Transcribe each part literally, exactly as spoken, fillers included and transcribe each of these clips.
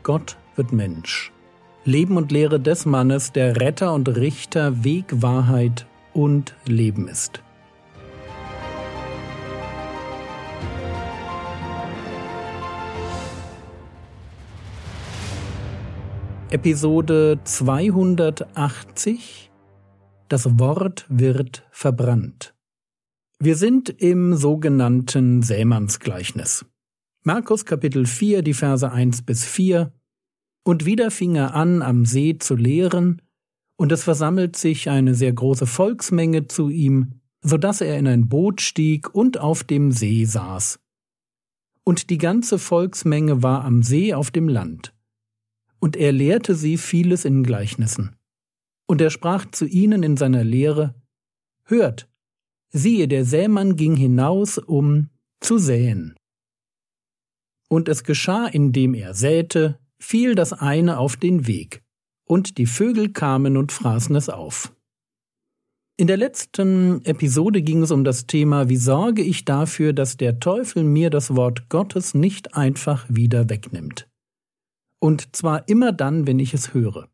Gott wird Mensch. Leben und Lehre des Mannes, der Retter und Richter, Weg, Wahrheit und Leben ist. Episode zweihundertachtzig. Das Wort wird verbrannt. Wir sind im sogenannten Sämannsgleichnis. Markus Kapitel vier, die Verse eins bis vier. Und wieder fing er an, am See zu lehren, und es versammelt sich eine sehr große Volksmenge zu ihm, so dass er in ein Boot stieg und auf dem See saß. Und die ganze Volksmenge war am See auf dem Land. Und er lehrte sie vieles in Gleichnissen. Und er sprach zu ihnen in seiner Lehre: Hört, siehe, der Sämann ging hinaus, um zu säen. Und es geschah, indem er säte, fiel das eine auf den Weg, und die Vögel kamen und fraßen es auf. In der letzten Episode ging es um das Thema: Wie sorge ich dafür, dass der Teufel mir das Wort Gottes nicht einfach wieder wegnimmt? Und zwar immer dann, wenn ich es höre.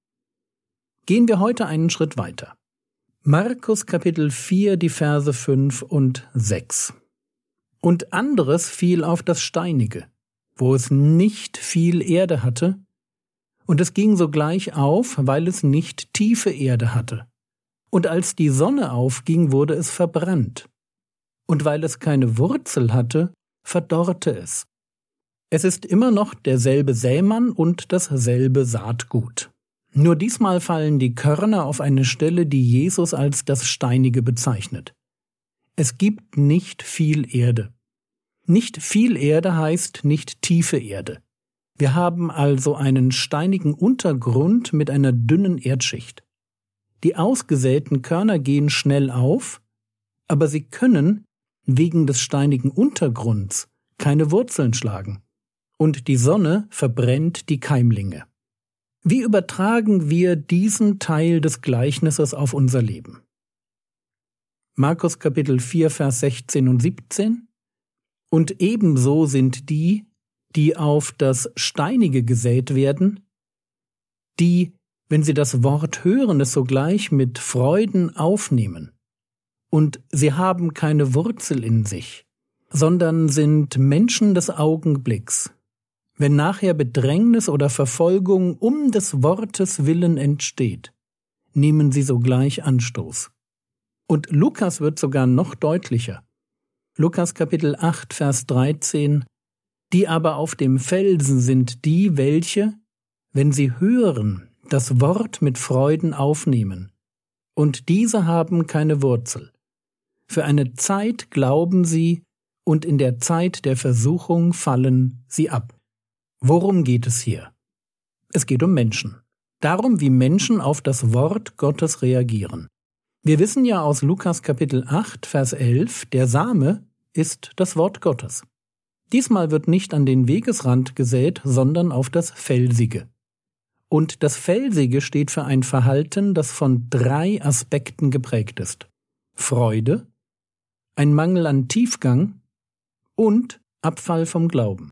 Gehen wir heute einen Schritt weiter. Markus Kapitel vier, die Verse fünf und sechs. Und anderes fiel auf das Steinige, wo es nicht viel Erde hatte, und es ging sogleich auf, weil es nicht tiefe Erde hatte. Und als die Sonne aufging, wurde es verbrannt. Und weil es keine Wurzel hatte, verdorrte es. Es ist immer noch derselbe Sämann und dasselbe Saatgut. Nur diesmal fallen die Körner auf eine Stelle, die Jesus als das Steinige bezeichnet. Es gibt nicht viel Erde. Nicht viel Erde heißt nicht tiefe Erde. Wir haben also einen steinigen Untergrund mit einer dünnen Erdschicht. Die ausgesäten Körner gehen schnell auf, aber sie können wegen des steinigen Untergrunds keine Wurzeln schlagen. Und die Sonne verbrennt die Keimlinge. Wie übertragen wir diesen Teil des Gleichnisses auf unser Leben? Markus Kapitel vier, Vers sechzehn und siebzehn. Und ebenso sind die, die auf das Steinige gesät werden, die, wenn sie das Wort hören, es sogleich mit Freuden aufnehmen. Und sie haben keine Wurzel in sich, sondern sind Menschen des Augenblicks. Wenn nachher Bedrängnis oder Verfolgung um des Wortes willen entsteht, nehmen sie sogleich Anstoß. Und Lukas wird sogar noch deutlicher. Lukas Kapitel acht, Vers dreizehn. Die aber auf dem Felsen sind die, welche, wenn sie hören, das Wort mit Freuden aufnehmen. Und diese haben keine Wurzel. Für eine Zeit glauben sie, und in der Zeit der Versuchung fallen sie ab. Worum geht es hier? Es geht um Menschen. Darum, wie Menschen auf das Wort Gottes reagieren. Wir wissen ja aus Lukas Kapitel acht, Vers elf, der Same ist das Wort Gottes. Diesmal wird nicht an den Wegesrand gesät, sondern auf das Felsige. Und das Felsige steht für ein Verhalten, das von drei Aspekten geprägt ist: Freude, ein Mangel an Tiefgang und Abfall vom Glauben.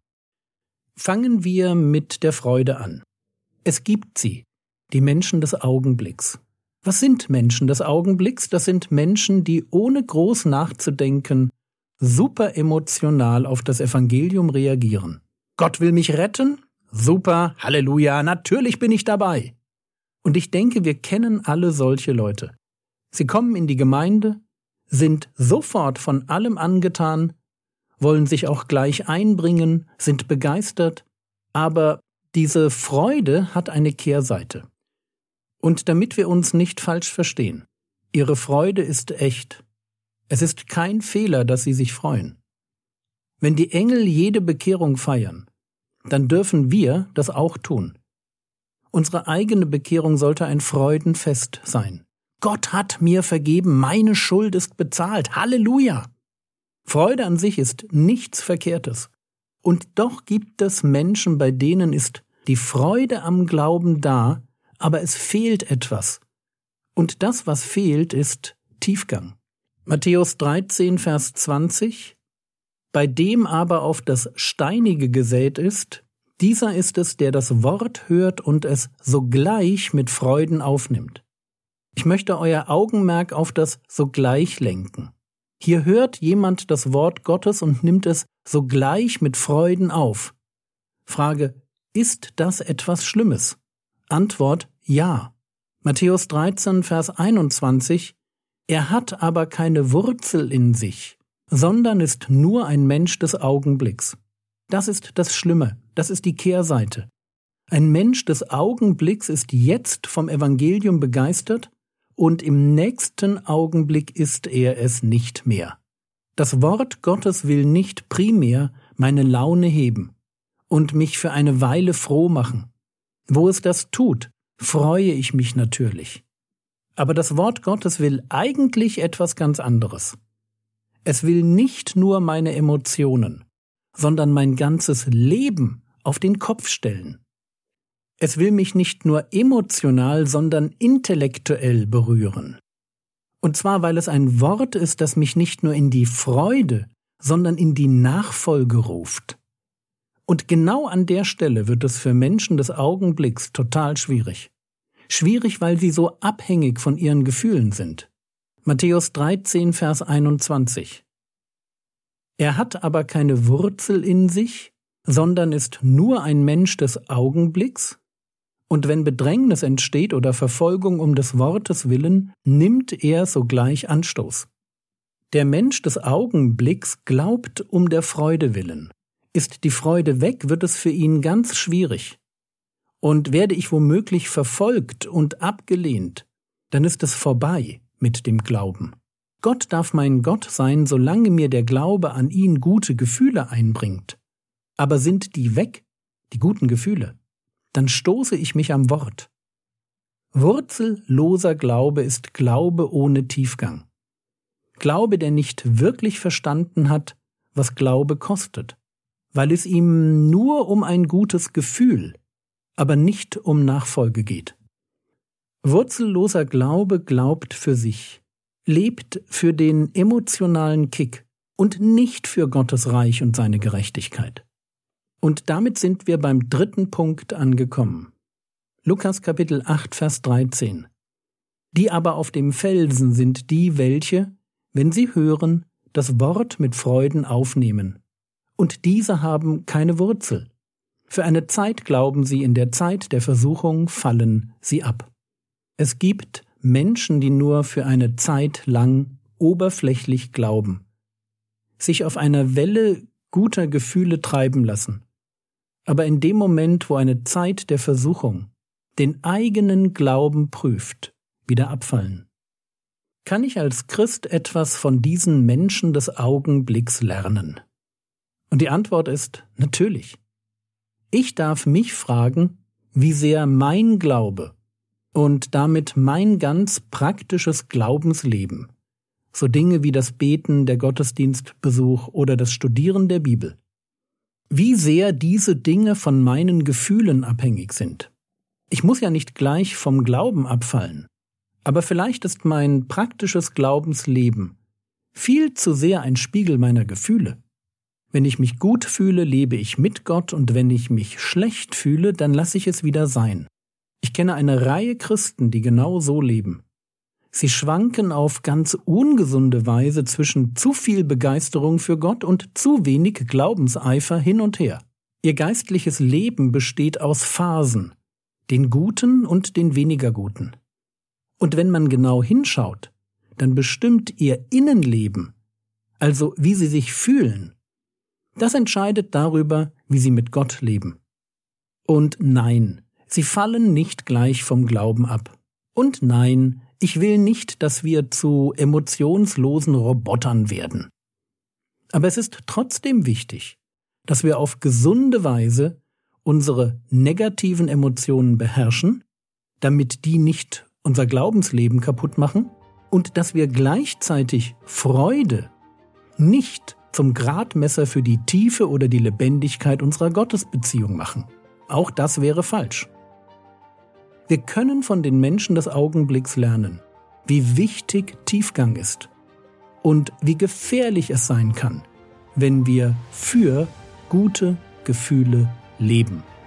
Fangen wir mit der Freude an. Es gibt sie, die Menschen des Augenblicks. Was sind Menschen des Augenblicks? Das sind Menschen, die ohne groß nachzudenken super emotional auf das Evangelium reagieren. Gott will mich retten? Super, Halleluja, natürlich bin ich dabei. Und ich denke, wir kennen alle solche Leute. Sie kommen in die Gemeinde, sind sofort von allem angetan, wollen sich auch gleich einbringen, sind begeistert, aber diese Freude hat eine Kehrseite. Und damit wir uns nicht falsch verstehen, ihre Freude ist echt. Es ist kein Fehler, dass sie sich freuen. Wenn die Engel jede Bekehrung feiern, dann dürfen wir das auch tun. Unsere eigene Bekehrung sollte ein Freudenfest sein. Gott hat mir vergeben, meine Schuld ist bezahlt. Halleluja! Freude an sich ist nichts Verkehrtes. Und doch gibt es Menschen, bei denen ist die Freude am Glauben da, aber es fehlt etwas. Und das, was fehlt, ist Tiefgang. Matthäus dreizehn, Vers zwanzig. Bei dem aber auf das Steinige gesät ist, Dieser ist es, der das Wort hört und es sogleich mit Freuden aufnimmt. Ich möchte euer Augenmerk auf das sogleich lenken. Hier hört jemand das Wort Gottes und nimmt es sogleich mit Freuden auf. Frage: Ist das etwas Schlimmes? Antwort: Ja. Matthäus dreizehn, Vers einundzwanzig: Er hat aber keine Wurzel in sich, sondern ist nur ein Mensch des Augenblicks. Das ist das Schlimme, das ist die Kehrseite. Ein Mensch des Augenblicks ist jetzt vom Evangelium begeistert und im nächsten Augenblick ist er es nicht mehr. Das Wort Gottes will nicht primär meine Laune heben und mich für eine Weile froh machen. Wo es das tut, freue ich mich natürlich. Aber das Wort Gottes will eigentlich etwas ganz anderes. Es will nicht nur meine Emotionen, sondern mein ganzes Leben auf den Kopf stellen. Es will mich nicht nur emotional, sondern intellektuell berühren. Und zwar, weil es ein Wort ist, das mich nicht nur in die Freude, sondern in die Nachfolge ruft. Und genau an der Stelle wird es für Menschen des Augenblicks total schwierig. Schwierig, weil sie so abhängig von ihren Gefühlen sind. Matthäus dreizehn, Vers einundzwanzig. Er hat aber keine Wurzel in sich, sondern ist nur ein Mensch des Augenblicks, und wenn Bedrängnis entsteht oder Verfolgung um des Wortes willen, nimmt er sogleich Anstoß. Der Mensch des Augenblicks glaubt um der Freude willen. Ist die Freude weg, wird es für ihn ganz schwierig. Und werde ich womöglich verfolgt und abgelehnt, dann ist es vorbei mit dem Glauben. Gott darf mein Gott sein, solange mir der Glaube an ihn gute Gefühle einbringt. Aber sind die weg, die guten Gefühle, dann stoße ich mich am Wort. Wurzelloser Glaube ist Glaube ohne Tiefgang. Glaube, der nicht wirklich verstanden hat, was Glaube kostet, weil es ihm nur um ein gutes Gefühl, aber nicht um Nachfolge geht. Wurzelloser Glaube glaubt für sich, lebt für den emotionalen Kick und nicht für Gottes Reich und seine Gerechtigkeit. Und damit sind wir beim dritten Punkt angekommen. Lukas Kapitel acht, Vers dreizehn. Die aber auf dem Felsen sind die, welche, wenn sie hören, das Wort mit Freuden aufnehmen. Und diese haben keine Wurzel. Für eine Zeit glauben sie, in der Zeit der Versuchung fallen sie ab. Es gibt Menschen, die nur für eine Zeit lang oberflächlich glauben, sich auf einer Welle guter Gefühle treiben lassen, aber in dem Moment, wo eine Zeit der Versuchung den eigenen Glauben prüft, wieder abfallen. Kann ich als Christ etwas von diesen Menschen des Augenblicks lernen? Und die Antwort ist natürlich. Ich darf mich fragen, wie sehr mein Glaube und damit mein ganz praktisches Glaubensleben, so Dinge wie das Beten, der Gottesdienstbesuch oder das Studieren der Bibel, wie sehr diese Dinge von meinen Gefühlen abhängig sind. Ich muss ja nicht gleich vom Glauben abfallen, aber vielleicht ist mein praktisches Glaubensleben viel zu sehr ein Spiegel meiner Gefühle. Wenn ich mich gut fühle, lebe ich mit Gott, und wenn ich mich schlecht fühle, dann lasse ich es wieder sein. Ich kenne eine Reihe Christen, die genau so leben. Sie schwanken auf ganz ungesunde Weise zwischen zu viel Begeisterung für Gott und zu wenig Glaubenseifer hin und her. Ihr geistliches Leben besteht aus Phasen, den guten und den weniger guten. Und wenn man genau hinschaut, dann bestimmt ihr Innenleben, also wie sie sich fühlen, das entscheidet darüber, wie sie mit Gott leben. Und nein, sie fallen nicht gleich vom Glauben ab. Und nein, ich will nicht, dass wir zu emotionslosen Robotern werden. Aber es ist trotzdem wichtig, dass wir auf gesunde Weise unsere negativen Emotionen beherrschen, damit die nicht unser Glaubensleben kaputt machen, und dass wir gleichzeitig Freude nicht zum Gradmesser für die Tiefe oder die Lebendigkeit unserer Gottesbeziehung machen. Auch das wäre falsch. Wir können von den Menschen des Augenblicks lernen, wie wichtig Tiefgang ist und wie gefährlich es sein kann, wenn wir für gute Gefühle leben.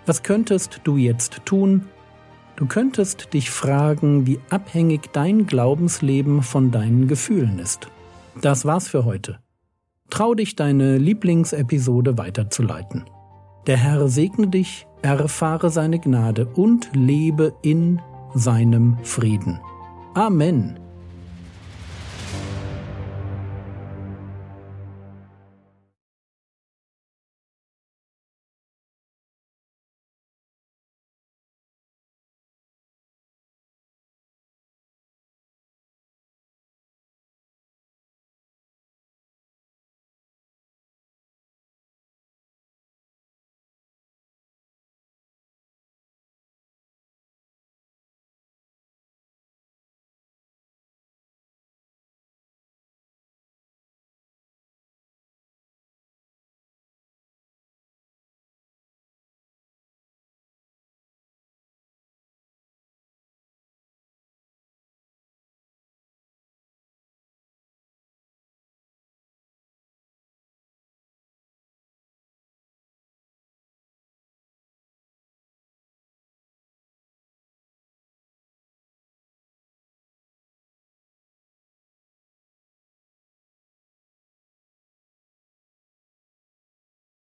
Was könntest du jetzt tun? Du könntest dich fragen, wie abhängig dein Glaubensleben von deinen Gefühlen ist. Das war's für heute. Trau dich, deine Lieblingsepisode weiterzuleiten. Der Herr segne dich, erfahre seine Gnade und lebe in seinem Frieden. Amen.